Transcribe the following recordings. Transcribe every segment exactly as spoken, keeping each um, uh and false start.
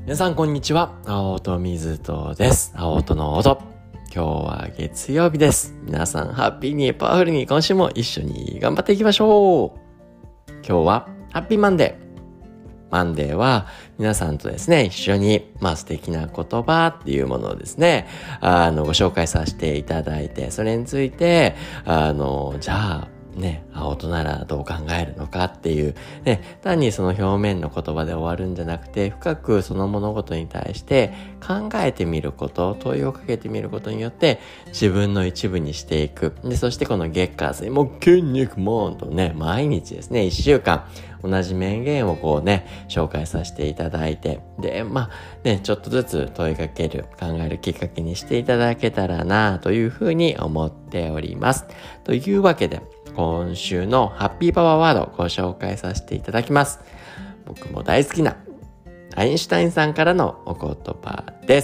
皆さんこんにちは。青音水戸です。青音の音。今日は月曜日です。皆さんハッピーにパワフルに今週も一緒に頑張っていきましょう。今日はハッピーマンデー。マンデーは皆さんとですね、一緒にまあ素敵な言葉っていうものをですね、あのご紹介させていただいて、それについてあのじゃあね、青とならどう考えるのかっていう、ね、単にその表面の言葉で終わるんじゃなくて、深くその物事に対して考えてみること、問いをかけてみることによって、自分の一部にしていく。で、そしてこの月火水木金肉もんとね、毎日ですね、一週間、同じ名言をこうね、紹介させていただいて、で、まあね、ちょっとずつ問いかける、考えるきっかけにしていただけたらなというふうに思っております。というわけで、今週のハッピーパワーワードをご紹介させていただきます。僕も大好きなアインシュタインさんからのお言葉です。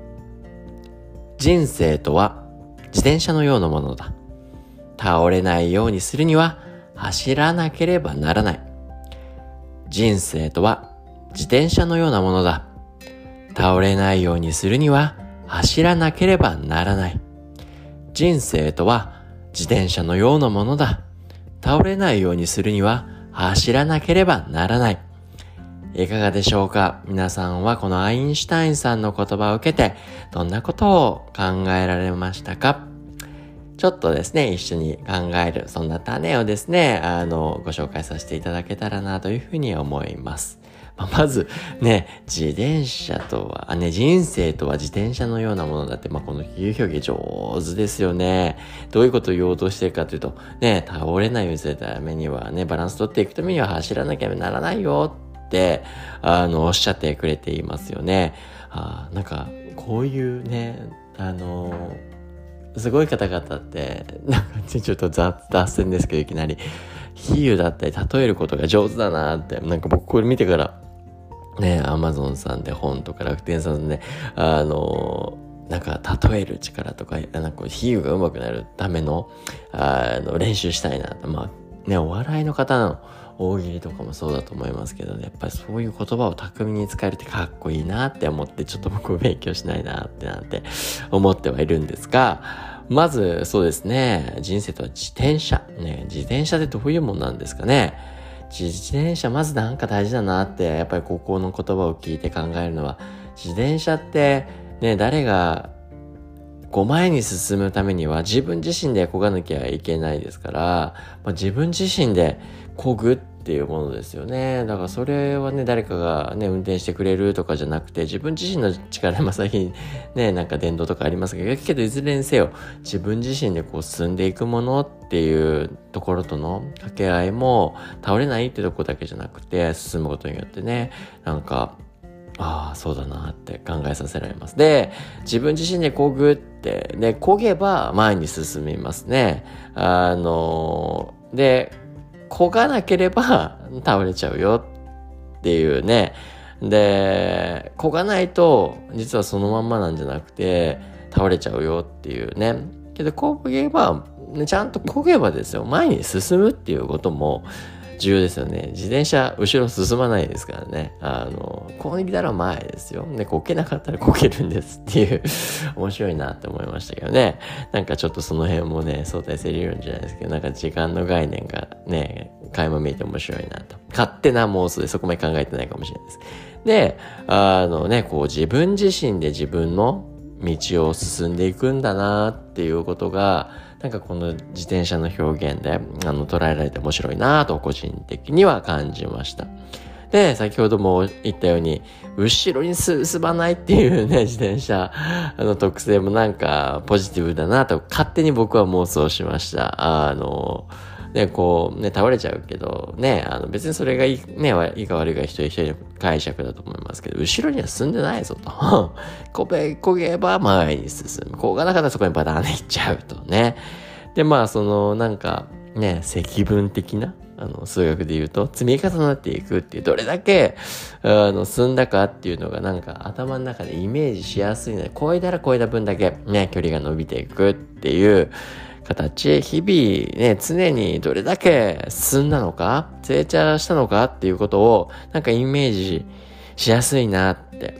人生とは自転車のようなものだ。倒れないようにするには走らなければならない。人生とは自転車のようなものだ。倒れないようにするには走らなければならない。人生とは自転車のようなものだ。倒れないようにするには走らなければならない。いかがでしょうか？皆さんはこのアインシュタインさんの言葉を受けてどんなことを考えられましたか？ちょっとですね、一緒に考える、そんな種をですね、あの、ご紹介させていただけたらなというふうに思います。まあ、まず、ね、自転車とは、あ、ね、人生とは自転車のようなものだって、まあ、この比喩表現上手ですよね。どういうことを言おうとしてるかというと、ね、倒れないようにするためにはね、バランス取っていくためには走らなきゃならないよって、あの、おっしゃってくれていますよね。あ、なんか、こういうね、あの、すごい方々って、なんかちょっと脱線ですけど、いきなり、比喩だったり例えることが上手だなって、なんか僕これ見てから、ね、アマゾンさんで本とか楽天さんでね、あの、なんか例える力とか、なんか比喩が上手くなるための、あの、練習したいなって、まあね、お笑いの方の大喜利とかもそうだと思いますけどね、やっぱりそういう言葉を巧みに使えるってかっこいいなって思って、ちょっと僕勉強しないなってなんて思ってはいるんですが、まずそうですね、人生とは自転車。ね、自転車ってどういうもんなんですかね。自転車まずなんか大事だなって、やっぱりここの言葉を聞いて考えるのは、自転車ってね、誰がこう前に進むためには自分自身で漕がなきゃいけないですから、まあ、自分自身で漕ぐっていうものですよね。だからそれはね、誰かがね、運転してくれるとかじゃなくて、自分自身の力で、まあ最近ね、なんか電動とかありますけど、けどいずれにせよ、自分自身でこう進んでいくものっていうところとの掛け合いも、倒れないってとこだけじゃなくて、進むことによってね、なんか、ああ、そうだなって考えさせられます。で、自分自身で漕ぐって、で、漕げば前に進みますね。あの、で、漕がなければ倒れちゃうよっていうね。で、漕がないと、実はそのまんまなんじゃなくて、倒れちゃうよっていうね。けど、漕げば、ちゃんと漕げばですよ、前に進むっていうことも、重要ですよね。自転車、後ろ進まないですからね。あの、こう来たら前ですよ。で、こけなかったらこけるんですっていう、面白いなって思いましたけどね。なんかちょっとその辺もね、相対性理論じゃないですけど、なんか時間の概念がね、垣間見えて面白いなと。勝手な妄想でそこまで考えてないかもしれないです。で、あのね、こう自分自身で自分の道を進んでいくんだなっていうことが、なんかこの自転車の表現であの捉えられて面白いなと個人的には感じました。で、先ほども言ったように、後ろに進まないっていうね、自転車の特性もなんかポジティブだなと勝手に僕は妄想しました。あの、ね、こうね、倒れちゃうけど、ね、あの別にそれがいい、ね、いいか悪いか一人一人の解釈だと思いますけど、後ろには進んでないぞと。こべ、こげば前に進む。こうがなかったらそこにバターンで行っちゃうとね。で、まあ、その、なんか、ね、積分的な、あの、数学で言うと、積み重なっていくっていう、どれだけ、あの、進んだかっていうのが、なんか、頭の中でイメージしやすいので、超えたら超えた分だけ、ね、距離が伸びていくっていう、形、日々ね、常にどれだけ進んだのか、成長したのかっていうことを、なんかイメージしやすいなって。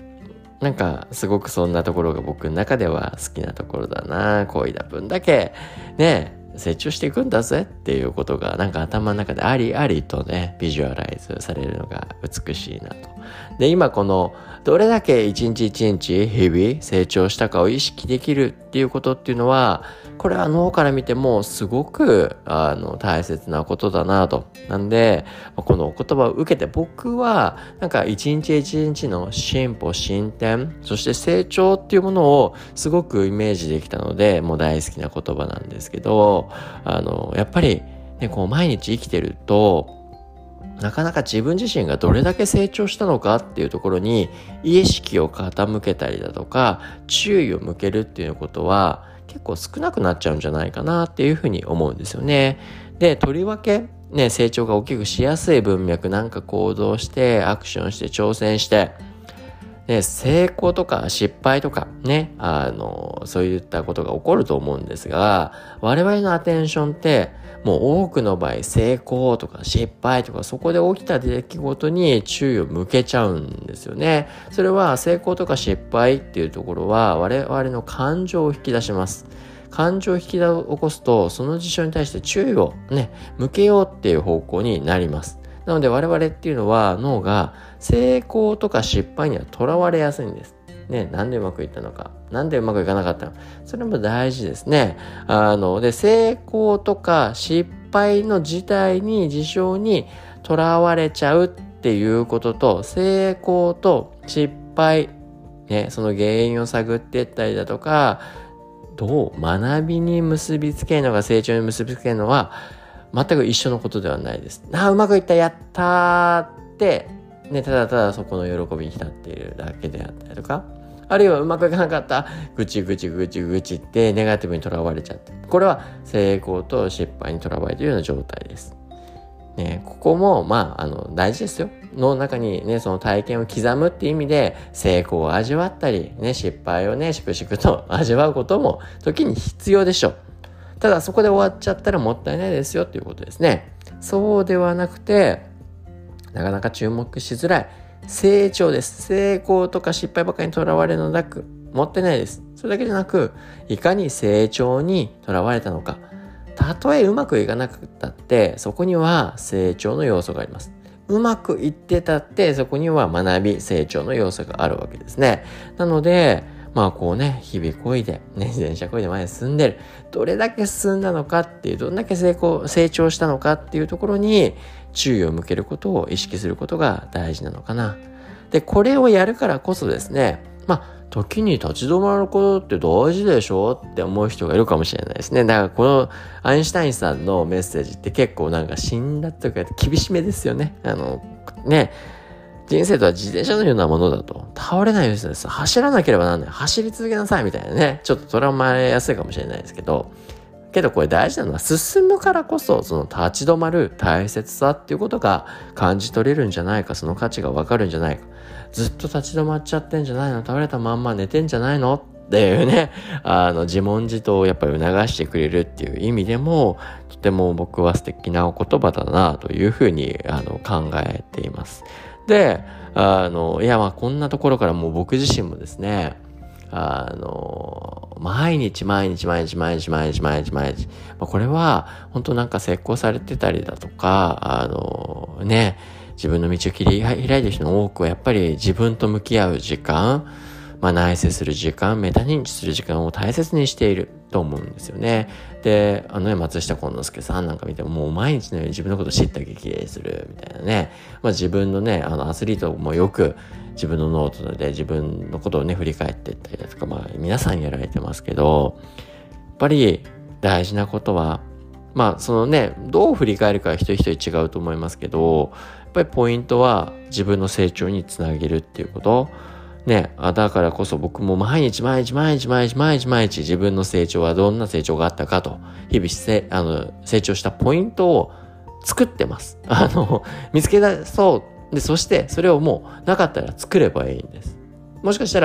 なんかすごくそんなところが僕の中では好きなところだな。こいだ分だけね成長していくんだぜっていうことがなんか頭の中でありありとねビジュアライズされるのが美しいなと。で今このどれだけ一日一日日々成長したかを意識できるっていうことっていうのはこれは脳から見てもすごくあの大切なことだなと。なんでこのお言葉を受けて僕はなんか一日一日の進歩進展そして成長っていうものをすごくイメージできたのでもう大好きな言葉なんですけどあのやっぱりねこう毎日生きてるとなかなか自分自身がどれだけ成長したのかっていうところに意識を傾けたりだとか注意を向けるっていうことは結構少なくなっちゃうんじゃないかなっていうふうに思うんですよね。で、とりわけね、成長が大きくしやすい文脈なんか行動してアクションして挑戦してで成功とか失敗とかね、あの、そういったことが起こると思うんですが、我々のアテンションってもう多くの場合成功とか失敗とかそこで起きた出来事に注意を向けちゃうんですよね。それは成功とか失敗っていうところは我々の感情を引き出します。感情を引き起こすとその事象に対して注意をね、向けようっていう方向になります。なので我々っていうのは脳が成功とか失敗にはとらわれやすいんです。ね、なんでうまくいったのか、なんでうまくいかなかったのか、それも大事ですね。あの、で、成功とか失敗の事態に、事象にとらわれちゃうっていうことと、成功と失敗、ね、その原因を探っていったりだとか、どう学びに結びつけるのか、成長に結びつけるのは、全く一緒のことではないです。ああ、うまくいった、やったーって、ね、ただただそこの喜びに浸っているだけであったりとか、あるいはうまくいかなかった、ぐちぐちぐちぐちってネガティブにとらわれちゃって、これは成功と失敗にとらわれているような状態です。ね、ここも、まあ、あの、大事ですよ。脳の中にね、その体験を刻むっていう意味で、成功を味わったり、ね、失敗をね、しくしくと味わうことも時に必要でしょう。ただそこで終わっちゃったらもったいないですよっていうことですね。そうではなくてなかなか注目しづらい成長です。成功とか失敗ばかりにとらわれるのなくもったいないです。それだけじゃなくいかに成長にとらわれたのか。たとえうまくいかなくったってそこには成長の要素があります。うまくいってたってそこには学び成長の要素があるわけですね。なのでまあこうね、日々こいで、ね、自転車こいで前に進んでる。どれだけ進んだのかっていう、どんだけ成功、成長したのかっていうところに注意を向けることを意識することが大事なのかな。で、これをやるからこそですね、まあ、時に立ち止まることって大事でしょって思う人がいるかもしれないですね。だからこのアインシュタインさんのメッセージって結構なんか辛辣というか厳しめですよね。あの、ね、人生とは自転車のようなものだと。倒れないようにです。走らなければなんない。走り続けなさいみたいなね。ちょっとトラウマやすいかもしれないですけど。けどこれ大事なのは進むからこそその立ち止まる大切さっていうことが感じ取れるんじゃないか。その価値がわかるんじゃないか。ずっと立ち止まっちゃってんじゃないの？倒れたまんま寝てんじゃないの？っていうね。あの自問自答をやっぱり促してくれるっていう意味でもとても僕は素敵なお言葉だなというふうにあの考えています。で、あの、いや、まあ、こんなところからもう僕自身もですね、あの、毎日毎日毎日毎日毎日毎日毎日、まあ、これは本当なんか成功されてたりだとか、あの、ね、自分の道を切り開いてる人の多くはやっぱり自分と向き合う時間、まあ、内省する時間、メタ認知する時間を大切にしていると思うんですよね。で、あのね、松下幸之助さんなんか見てももう毎日のように自分のことを知った激励するみたいなね。まあ自分のね、あのアスリートもよく自分のノートで自分のことをね、振り返っていったりだとか、まあ皆さんやられてますけど、やっぱり大事なことは、まあそのね、どう振り返るかは一人一人違うと思いますけど、やっぱりポイントは自分の成長につなげるっていうこと。ね、あだからこそ僕も毎日毎日毎日毎日毎日毎日自分の成長はどんな成長があったかと日々せあの成長したポイントを作ってます。あの見つけ出そうでそしてそれをもうなかったら作ればいいんです。もしかしたら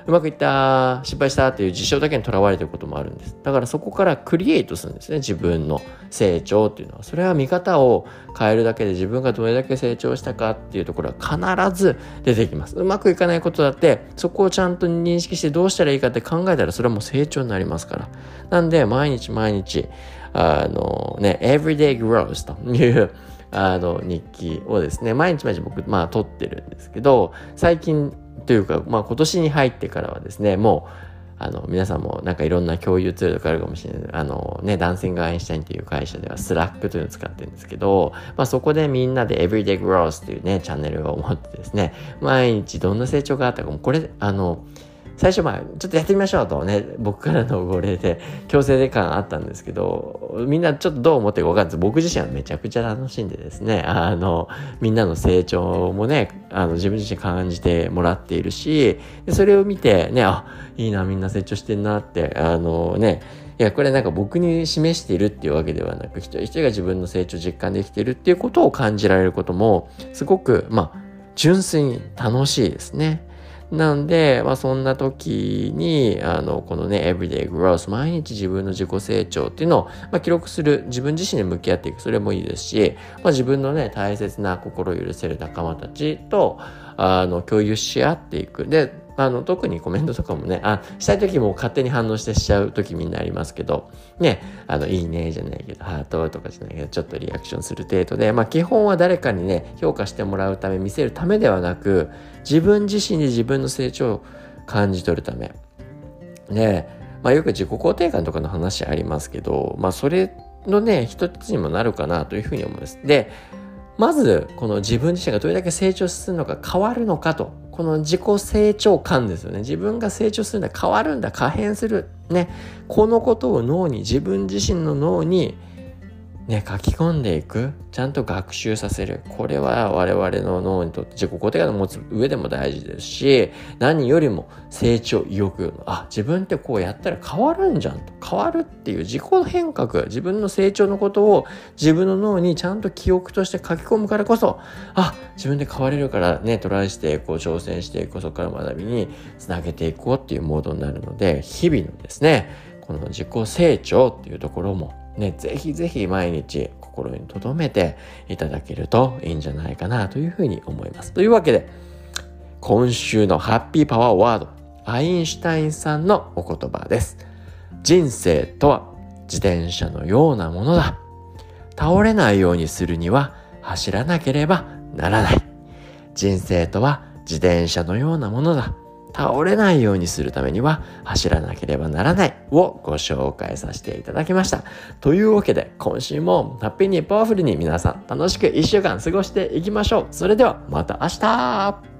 うまくいった失敗したっていう事象だけにとらわれてることもあるんです。だからそこからクリエイトするんですね、自分の成長っていうのは。それは見方を変えるだけで自分がどれだけ成長したかっていうところは必ず出てきます。うまくいかないことだってそこをちゃんと認識してどうしたらいいかって考えたらそれはもう成長になりますから。なんで毎日毎日あのね everyday grows というあの日記をですね毎日毎日僕まあ撮ってるんですけど、最近というかまあ今年に入ってからはですねもうあの皆さんもなんかいろんな共有ツールとかあるかもしれない。あのねダンシングアインシュタインという会社ではスラックというのを使ってるんですけど、まあそこでみんなで Everyday Growth というねチャンネルを持ってですね毎日どんな成長があったかもこれあの最初まあちょっとやってみましょうとね僕からの号令で強制感あったんですけど、みんなちょっとどう思ってるか分かんないです。僕自身はめちゃくちゃ楽しんでですねあのみんなの成長もねあの自分自身感じてもらっているし、それを見てねあいいなみんな成長してんなってあのねいやこれなんか僕に示しているっていうわけではなく一人一人が自分の成長を実感できているっていうことを感じられることもすごくまあ純粋に楽しいですね。なんで、まあそんな時に、あの、このね、everyday growth、毎日自分の自己成長っていうのを、まあ、記録する、自分自身に向き合っていく、それもいいですし、まあ自分のね、大切な心を許せる仲間たちと、あの、共有し合っていく。で、あの、特にコメントとかもね、あ、したい時も勝手に反応してしちゃう時みんなありますけど、ね、あの、いいねじゃないけど、ハートとかじゃないけど、ちょっとリアクションする程度で、まあ基本は誰かにね、評価してもらうため、見せるためではなく、自分自身で自分の成長を感じ取るため。で、まあよく自己肯定感とかの話ありますけど、まあそれのね、一つにもなるかなというふうに思います。で、まずこの自分自身がどれだけ成長するのか変わるのかと、この自己成長感ですよね。自分が成長するんだ、変わるんだ、可変するね、このことを脳に、自分自身の脳にね、書き込んでいく、ちゃんと学習させる。これは我々の脳にとって自己肯定感を持つ上でも大事ですし、何よりも成長意欲、あ、自分ってこうやったら変わるんじゃんと、変わるっていう自己変革、自分の成長のことを自分の脳にちゃんと記憶として書き込むからこそ、あ、自分で変われるからね、トライしてこう挑戦していこう、そこから学びにつなげていこうっていうモードになるので、日々のですね、この自己成長っていうところもね、ぜひぜひ毎日心に留めていただけるといいんじゃないかなというふうに思います。というわけで、今週のハッピーパワーワード、アインシュタインさんのお言葉です。人生とは自転車のようなものだ。倒れないようにするには走らなければならない。人生とは自転車のようなものだ。倒れないようにするためには走らなければならないをご紹介させていただきました。というわけで今週もハッピーにパワフルに皆さん楽しくいっしゅうかん過ごしていきましょう。それではまた明日。